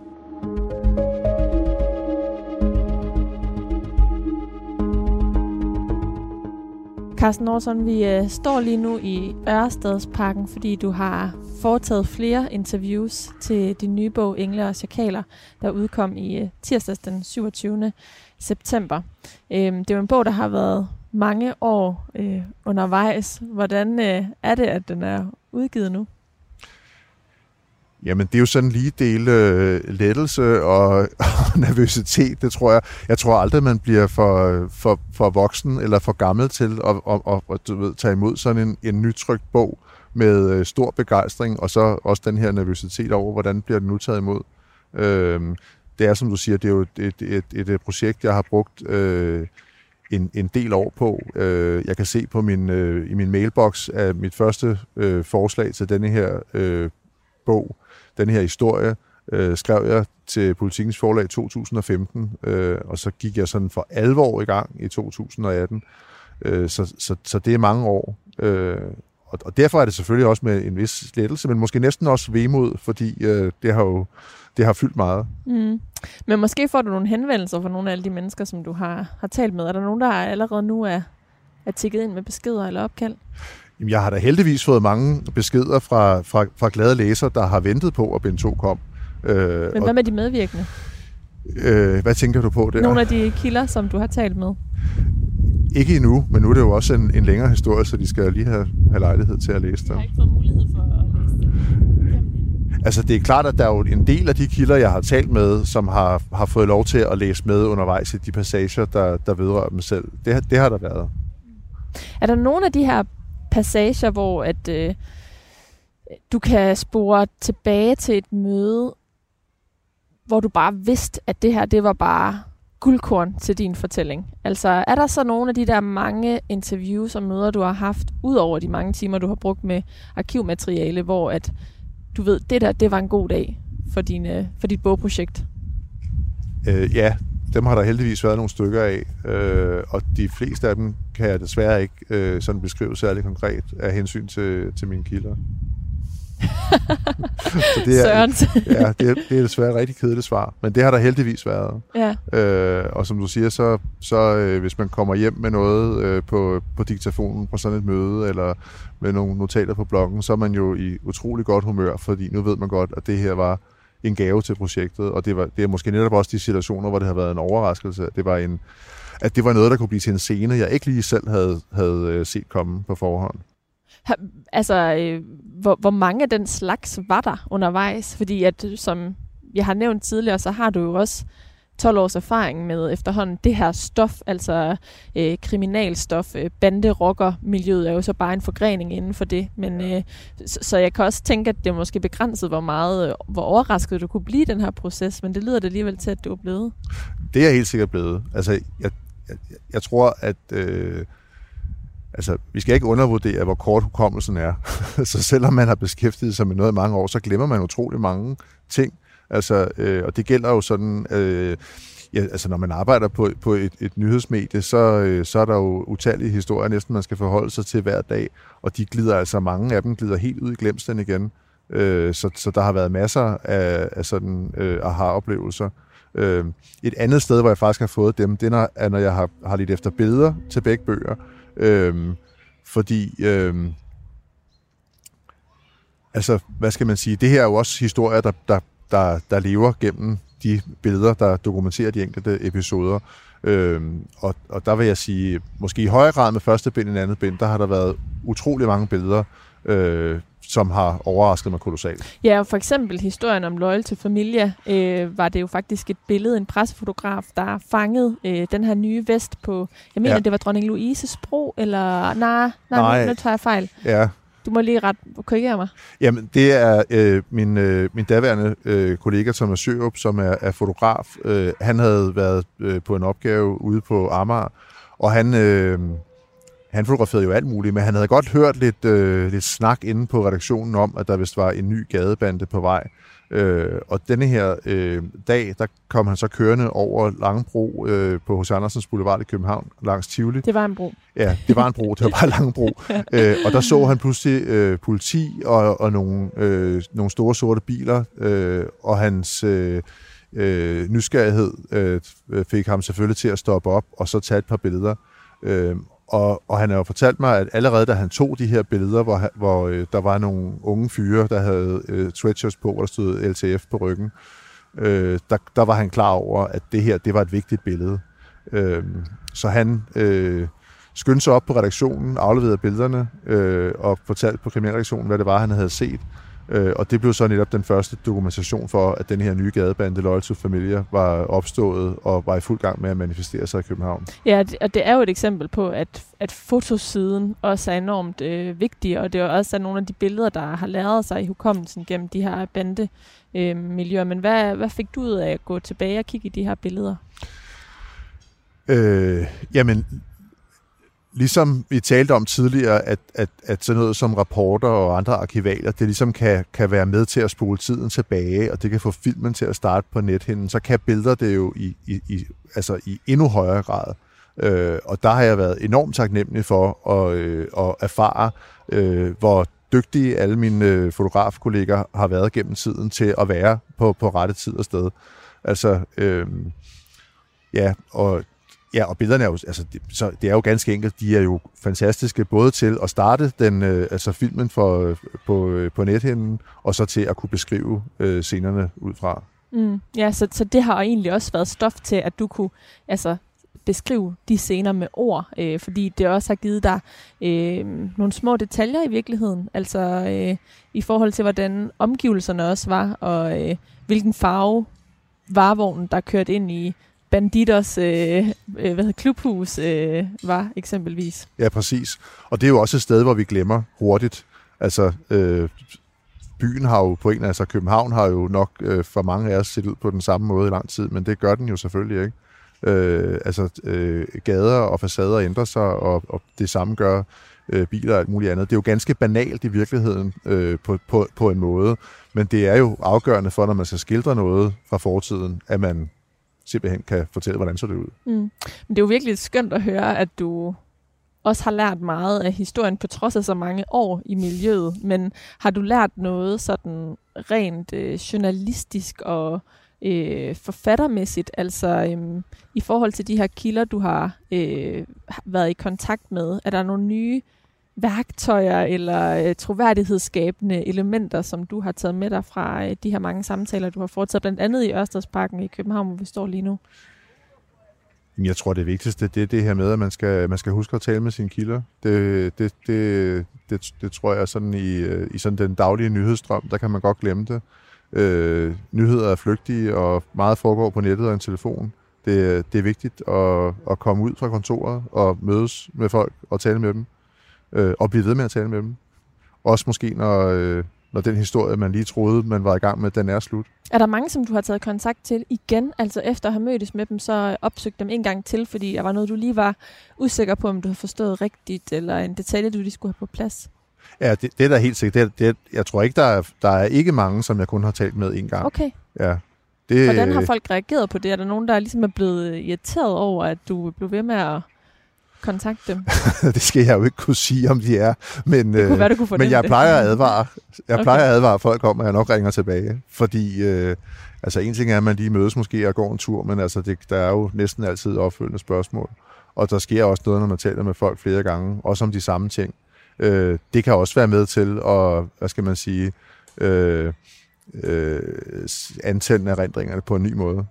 Carsten Orson, vi står lige nu i Ørestadsparken, fordi du har foretaget flere interviews til din nye bog Engle og Sjakaler, der udkom i tirsdags den 27. september. Det er jo en bog, der har været mange år undervejs. Hvordan er det, at den er udgivet nu? Jamen, det er jo sådan lige dele lettelse og nervøsitet, det tror jeg. Jeg tror aldrig, man bliver for voksen eller for gammel til at tage imod sådan en nytrykt bog med stor begejstring, og så også den her nervøsitet over, hvordan bliver den nu taget imod. Det er, som du siger, det er jo et projekt, jeg har brugt en del år på. Jeg kan se på i min mailbox, at mit første forslag til denne her bog, denne her historie, skrev jeg til Politikens Forlag i 2015, og så gik jeg sådan for alvor i gang i 2018. Så det er mange år. Og derfor er det selvfølgelig også med en vis lettelse, men måske næsten også vemod, fordi det har fyldt meget. Men måske får du nogle henvendelser fra nogle af alle de mennesker, som du har talt med. Er der nogen, der allerede nu er tikket ind med beskeder eller opkald? Jamen, jeg har da heldigvis fået mange beskeder fra glade læsere, der har ventet på, at Bind 2 kom. Men hvad med de medvirkende? Hvad tænker du på der? Nogle af de kilder, som du har talt med? Ikke endnu, men nu er det jo også en længere historie, så de skal lige have lejlighed til at læse det. Jeg har ikke fået mulighed for at læse det. Altså, det er klart, at der er jo en del af de kilder, jeg har talt med, som har fået lov til at læse med undervejs i de passager, der vedrører dem selv. Det har der været. Er der nogle af de her passager, hvor du kan spore tilbage til et møde, hvor du bare vidste, at det her, det var bare guldkorn til din fortælling? Altså, er der så nogle af de der mange interviews og møder, du har haft, ud over de mange timer, du har brugt med arkivmateriale, hvor at du ved, det var en god dag for dit bogprojekt? Ja, dem har der heldigvis været nogle stykker af, og de fleste af dem kan jeg desværre ikke sådan beskrive særlig konkret af hensyn til mine kilder. Så det er, det er desværre et rigtig kedeligt svar, men det har der heldigvis været. Ja. Og som du siger, så hvis man kommer hjem med noget på diktafonen på sådan et møde, eller med nogle notater på bloggen, så er man jo i utrolig godt humør, fordi nu ved man godt, at det her var en gave til projektet, og det er måske netop også de situationer, hvor det har været en overraskelse, at det var noget, der kunne blive til en scene, jeg ikke lige selv havde set komme på forhånd. Altså, hvor mange af den slags var der undervejs? Fordi at, som jeg har nævnt tidligere, så har du jo også 12 års erfaring med efterhånden det her stof, altså kriminalstof, bande-rocker-miljøet er jo så bare en forgrening inden for det. Men, så jeg kan også tænke, at det måske begrænset, hvor overrasket du kunne blive den her proces, men det lyder det alligevel til, at du er blevet. Det er helt sikkert blevet. Altså, jeg tror, at vi skal ikke undervurdere, hvor kort hukommelsen er. Så selvom man har beskæftiget sig med noget i mange år, så glemmer man utrolig mange ting. Altså, og det gælder jo sådan, når man arbejder på et nyhedsmedie, så er der jo utallige historier, næsten man skal forholde sig til hver dag, og de glider mange af dem glider helt ud i glemslen igen. Så der har været masser af sådan aha-oplevelser. Et andet sted, hvor jeg faktisk har fået dem, det er, når jeg har lidt efter billeder til begge bøger. Fordi altså, hvad skal man sige, det her er jo også historier, der lever gennem de billeder, der dokumenterer de enkelte episoder. Og der vil jeg sige, måske i højere grad med første bind end andet bind, der har der været utrolig mange billeder, som har overrasket mig kolossalt. Ja, og for eksempel historien om Loyal to Familia, var det jo faktisk et billede, en pressefotograf, der fangede den her nye vest på, jeg mener, det var Dronning Louises bro, eller nej, nu tager jeg fejl. Ja. Du må lige korrigere mig. Jamen, det er min daværende kollega Thomas Sjørup, som er fotograf. Han havde været på en opgave ude på Amager, og han fotograferede jo alt muligt, men han havde godt hørt lidt snak inde på redaktionen om, at der vist var en ny gadebande på vej. Og denne her dag, der kom han så kørende over Langebro på H.C. Andersens Boulevard i København, langs Tivoli. Det var en bro. Ja, det var en bro. Det var bare Langebro. Og der så han pludselig politi og nogle store sorte biler, og hans nysgerrighed fik ham selvfølgelig til at stoppe op og så tage et par billeder. Og han har jo fortalt mig, at allerede da han tog de her billeder, hvor der var nogle unge fyre, der havde sweatshirts på, hvor der stod LTF på ryggen, der var han klar over, at det her, det var et vigtigt billede. Så han skyndte sig op på redaktionen, afleverede billederne og fortalte på kriminalredaktionen, hvad det var, han havde set. Og det blev så netop den første dokumentation for, at den her nye gadebande, Loyal to Familia, var opstået og var i fuld gang med at manifestere sig i København. Ja, og det er jo et eksempel på, at fotosiden også er enormt vigtig, og det er også nogle af de billeder, der har læret sig i hukommelsen gennem de her bandemiljøer. Men hvad fik du ud af at gå tilbage og kigge i de her billeder? Jamen, ligesom vi talte om tidligere, at sådan noget som rapporter og andre arkivaler, det ligesom kan være med til at spole tiden tilbage, og det kan få filmen til at starte på nethinden, så kan billeder det jo i endnu højere grad. Og der har jeg været enormt taknemmelig for at erfare, hvor dygtige alle mine fotografkolleger har været gennem tiden til at være på rette tid og sted. Altså, og billederne er jo, det er jo ganske enkelt, de er jo fantastiske, både til at starte filmen på nethinden, og så til at kunne beskrive scenerne ud fra. Ja, så det har egentlig også været stof til, at du kunne beskrive de scener med ord, fordi det også har givet dig nogle små detaljer i virkeligheden, i forhold til, hvordan omgivelserne også var, og hvilken farve varevognen, der kørte ind i Banditers klubhus var eksempelvis. Ja, præcis. Og det er jo også et sted, hvor vi glemmer hurtigt. Byen har jo på København har jo nok for mange af os set ud på den samme måde i lang tid, men det gør den jo selvfølgelig ikke. Gader og facader ændrer sig, og det samme gør biler og alt muligt andet. Det er jo ganske banalt i virkeligheden på en måde, men det er jo afgørende for, når man skal skildre noget fra fortiden, at man simpelthen kan fortælle, hvordan så det ud. Men det er jo virkelig skønt at høre, at du også har lært meget af historien på trods af så mange år i miljøet. Men har du lært noget sådan rent journalistisk og forfattermæssigt, i forhold til de her kilder, du har været i kontakt med? Er der nogle nye værktøjer eller troværdighedsskabende elementer, som du har taget med dig fra de her mange samtaler, du har foretaget, blandt andet i Ørstedsparken i København, hvor vi står lige nu? Jeg tror, det vigtigste, det er det her med, at man skal huske at tale med sine kilder. Det tror jeg, sådan i sådan den daglige nyhedsstrøm, der kan man godt glemme det. Nyheder er flygtige, og meget foregår på nettet og en telefon. Det er vigtigt at komme ud fra kontoret og mødes med folk og tale med dem. Og blive ved med at tale med dem. Også måske, når den historie, man lige troede, man var i gang med, den er slut. Er der mange, som du har taget kontakt til igen, altså efter at have mødtes med dem, så opsøgt dem en gang til, fordi der var noget, du lige var usikker på, om du havde forstået rigtigt, eller en detalje, du lige skulle have på plads? Ja, det er da helt sikkert. Jeg tror ikke, der er ikke mange, som jeg kun har talt med en gang. Okay. Ja. Hvordan har folk reageret på det? Er der nogen, der ligesom er blevet irriteret over, at du blev ved med at kontakte dem? Det skal jeg jo ikke kunne sige, om de er. Men, det kunne være, du kunne men jeg plejer at advare. Plejer at advare folk om, at jeg nok ringer tilbage. Fordi en ting er, at man lige mødes måske og går en tur, men der er jo næsten altid opfølgende spørgsmål. Og der sker også noget, når man taler med folk flere gange, også om de samme ting. Det kan også være med til at, hvad skal man sige, antænde erindringerne på en ny måde.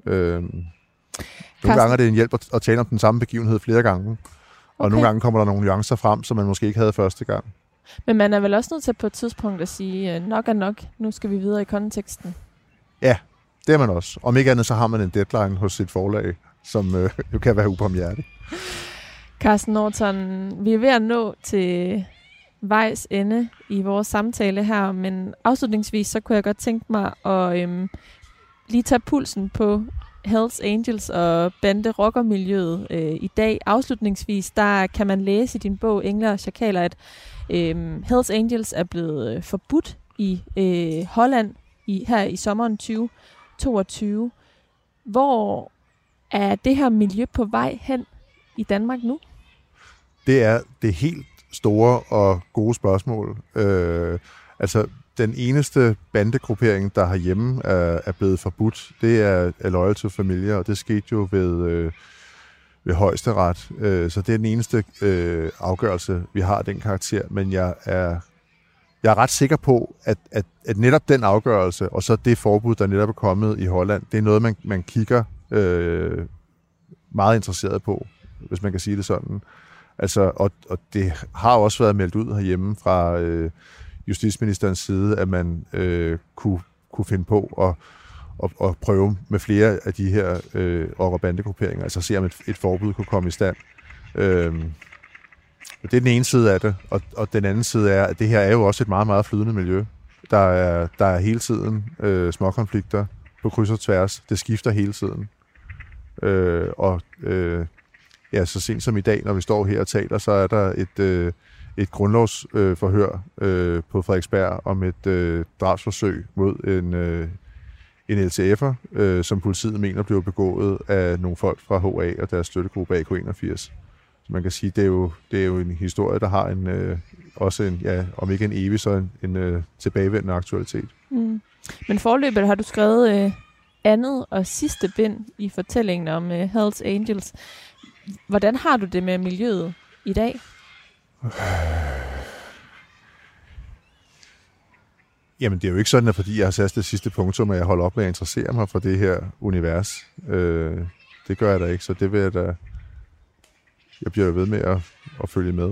Nogle gange er det en hjælp at tale om den samme begivenhed flere gange, og nogle gange kommer der nogle nuancer frem, som man måske ikke havde første gang. Men man er vel også nødt til på et tidspunkt at sige, nok er nok, nu skal vi videre i konteksten. Ja, det er man også. Om ikke andet, så har man en deadline hos sit forlag, som jo kan være ubarmhjertig. Carsten Norton, vi er ved at nå til vejs ende i vores samtale her, men afslutningsvis så kunne jeg godt tænke mig at lige tage pulsen på Hells Angels og bande-rockermiljøet i dag. Afslutningsvis, der kan man læse i din bog Engle og Sjakaler, at Hells Angels er blevet forbudt i Holland her i sommeren 2022. Hvor er det her miljø på vej hen i Danmark nu? Det er det helt store og gode spørgsmål. Altså, den eneste bandegruppering, der herhjemme er blevet forbudt, det er Loyal to Familia, og det skete jo ved højesteret. Så det er den eneste afgørelse, vi har af den karakter. Men jeg er ret sikker på, at netop den afgørelse, og så det forbud, der netop er kommet i Holland, det er noget, man kigger meget interesseret på, hvis man kan sige det sådan. Altså, og det har også været meldt ud herhjemme fra justitsministerens side, at man kunne finde på at prøve med flere af de her rock- og bandegrupperinger, altså se om et forbud kunne komme i stand. Det er den ene side af det, og den anden side er, at det her er jo også et meget, meget flydende miljø. Der er hele tiden småkonflikter på kryds og tværs. Det skifter hele tiden. Så sent som i dag, når vi står her og taler, så er der et grundlovsforhør på Frederiksberg om et drabsforsøg mod en LTF'er, som politiet mener blev begået af nogle folk fra HA og deres støttegruppe AK81. Så man kan sige, det er jo en historie, der har også en, ja, om ikke en evig, så en tilbagevendende aktualitet. Mm. Men forløbet har du skrevet andet og sidste bind i fortællingen om Hells Angels. Hvordan har du det med miljøet i dag? Jamen, det er jo ikke sådan, at fordi jeg har sat det sidste punktum, at jeg holder op med at interessere mig for det her univers. Det gør jeg da ikke, så det vil jeg da... Jeg bliver jo ved med at følge med.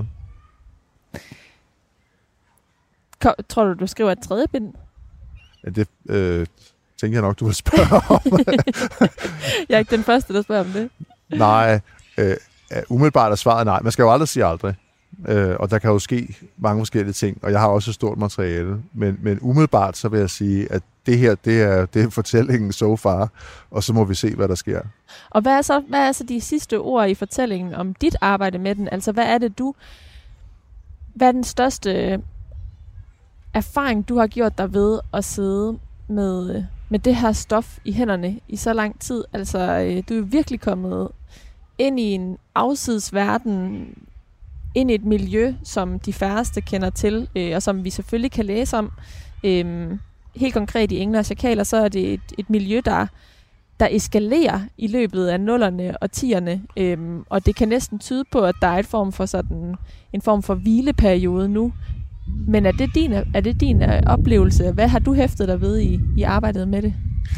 Tror du skriver et tredje bind? Ja, det tænker jeg nok, du vil spørge om. Jeg er ikke den første, der spørger om det. Nej, umiddelbart er svaret nej. Man skal jo aldrig sige aldrig. Og der kan jo ske mange forskellige ting, og jeg har også et stort materiale. Men umiddelbart så vil jeg sige, at det her, det er fortællingen so far, og så må vi se, hvad der sker. Og hvad er så de sidste ord i fortællingen om dit arbejde med den? Altså, hvad er den største erfaring, du har gjort dig ved at sidde med det her stof i hænderne i så lang tid? Altså, du er virkelig kommet ind i en afsidesverden, ind i et miljø, som de færreste kender til, og som vi selvfølgelig kan læse om. Helt konkret i Engle og Sjakaler, så er det et miljø, der eskalerer i løbet af 0'erne og 10'erne, og det kan næsten tyde på, at der er en form for hvileperiode nu. Men er det din oplevelse? Hvad har du hæftet dig ved i arbejdet med det?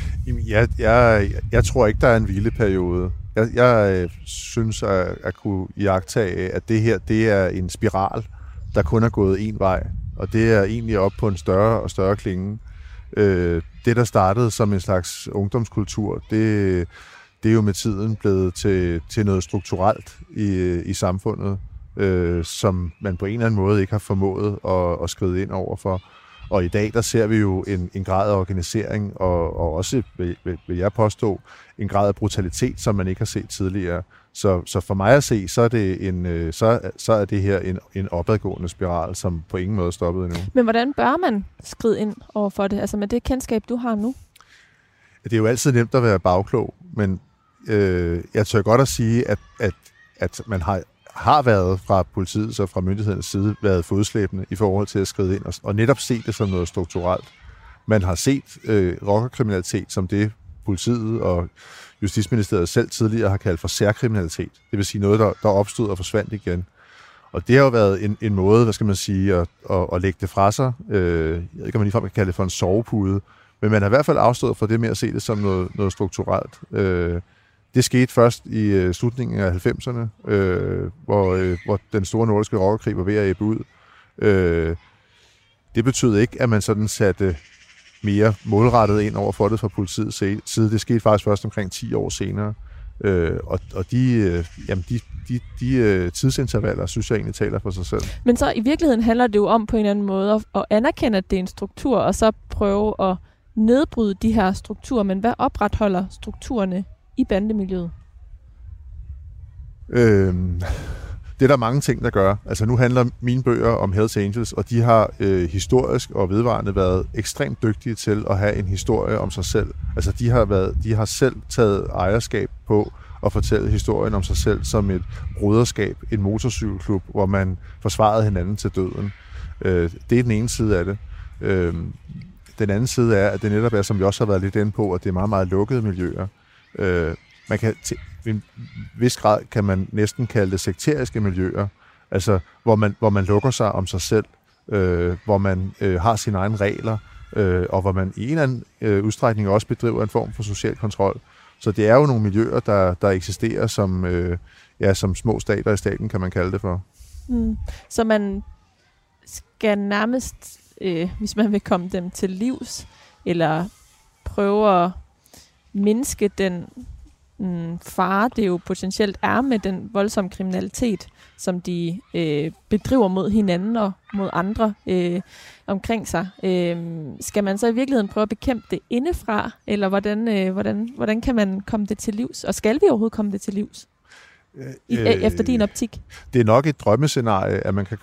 Jeg tror ikke, der er en hvileperiode. Jeg synes at kunne iagttage, at det her, det er en spiral, der kun er gået en vej, og det er egentlig op på en større og større klinge. Det, der startede som en slags ungdomskultur, det er jo med tiden blevet til noget strukturelt i samfundet, som man på en eller anden måde ikke har formået at skride ind overfor. Og i dag, der ser vi jo en grad af organisering, og også, vil jeg påstå, en grad af brutalitet, som man ikke har set tidligere. Så for mig at se, så er det her en opadgående spiral, som på ingen måde stoppet endnu. Men hvordan bør man skride ind over for det? Altså med det kendskab, du har nu? Det er jo altid nemt at være bagklog, men jeg tør godt at sige, at man har været fra politiets og fra myndighedernes side været fodslæbende i forhold til at skride ind og netop se det som noget strukturelt. Man har set rockerkriminalitet som det, politiet og Justitsministeriet selv tidligere har kaldt for særkriminalitet. Det vil sige noget, der opstod og forsvandt igen. Og det har jo været en måde, hvad skal man sige, at lægge det fra sig. Jeg ved ikke, om man ligefrem kan kalde det for en sovepude, men man har i hvert fald afstået fra det med at se det som noget strukturelt. Det skete først i slutningen af 90'erne, hvor den store nordiske rockerkrig var ved at ebbe ud. Det betød ikke, at man sådan satte mere målrettet ind over for det fra politiets side. Det skete faktisk først omkring 10 år senere. Og de tidsintervaller, synes jeg egentlig taler for sig selv. Men så i virkeligheden handler det jo om på en eller anden måde at anerkende, at det er en struktur, og så prøve at nedbryde de her strukturer. Men hvad opretholder strukturerne i bandemiljøet? Det er der mange ting, der gør. Altså nu handler mine bøger om Hells Angels, og de har historisk og vedvarende været ekstremt dygtige til at have en historie om sig selv. Altså de har selv taget ejerskab på at fortælle historien om sig selv som et broderskab, en motorcykelklub, hvor man forsvarede hinanden til døden. Det er den ene side af det. Den anden side er, at det netop er, som vi også har været lidt inde på, at det er meget, meget lukkede miljøer. Man kan i en vis grad kan man næsten kalde det sekteriske miljøer, altså hvor man lukker sig om sig selv, hvor man har sine egne regler, og hvor man i en eller anden udstrækning også bedriver en form for social kontrol. Så det er jo nogle miljøer, der eksisterer som små stater i staten, kan man kalde det for. Så man skal nærmest, hvis man vil komme dem til livs, eller prøve at mindske den fare, det jo potentielt er med den voldsomme kriminalitet, som de bedriver mod hinanden og mod andre omkring sig. Skal man så i virkeligheden prøve at bekæmpe det indefra, eller hvordan kan man komme det til livs? Og skal vi overhovedet komme det til livs? Efter din optik? Det er nok et drømmescenarie, at man kan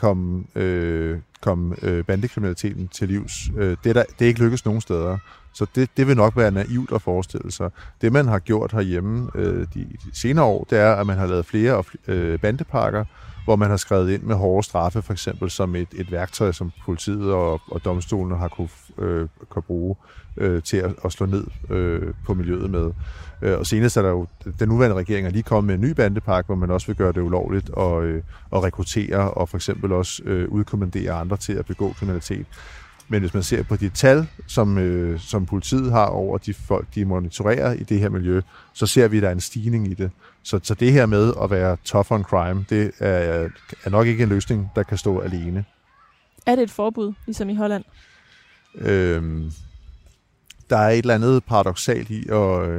komme bandekriminaliteten til livs. Det er ikke lykkes nogen steder. Så det vil nok være naivt at forestille sig. Det, man har gjort herhjemme de senere år, det er, at man har lavet flere bandepakker, hvor man har skrevet ind med hårde straffe, for eksempel som et værktøj, som politiet og domstolene har kunne bruge til at slå ned på miljøet med. Og senest er der jo, den nuværende regering er lige kommet med en ny bandepakke, hvor man også vil gøre det ulovligt at rekruttere og for eksempel også udkommandere andre til at begå kriminalitet. Men hvis man ser på de tal, som politiet har over de folk, de monitorerer i det her miljø, så ser vi, at der er en stigning i det. Så det her med at være tough on crime, det er nok ikke en løsning, der kan stå alene. Er det et forbud, ligesom i Holland? Der er et eller andet paradoksalt i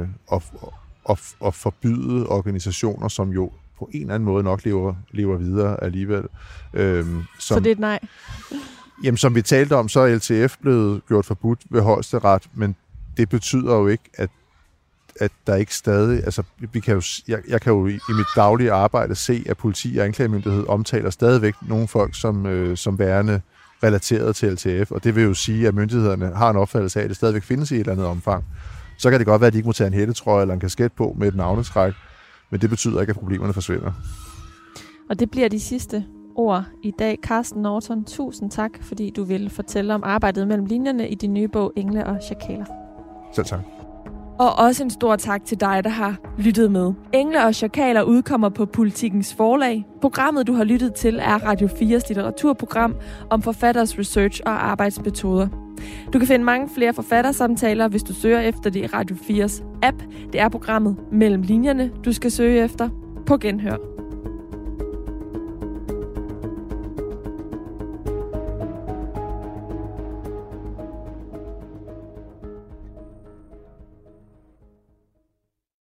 at forbyde organisationer, som jo på en eller anden måde nok lever videre alligevel. Så det er et nej? Jamen, som vi talte om, så er LTF blevet gjort forbudt ved højesteret, men det betyder jo ikke, at der ikke stadig... Altså, jeg kan jo i mit daglige arbejde se, at politi og anklagemyndighed omtaler stadigvæk nogle folk som værende relateret til LTF, og det vil jo sige, at myndighederne har en opfattelse af, at det stadigvæk findes i et eller andet omfang. Så kan det godt være, at de ikke må tage en hættetrøje eller en kasket på med et navnetræk, men det betyder ikke, at problemerne forsvinder. Og det bliver de sidste ord i dag. Carsten Norton, tusind tak, fordi du ville fortælle om arbejdet mellem linjerne i din nye bog Engle og Sjakaler. Selv tak. Og også en stor tak til dig, der har lyttet med. Engle og Sjakaler udkommer på Politikens Forlag. Programmet, du har lyttet til, er Radio 4's litteraturprogram om forfatteres research og arbejdsmetoder. Du kan finde mange flere forfattersamtaler, hvis du søger efter det i Radio 4's app. Det er programmet Mellem Linjerne, du skal søge efter. På genhør.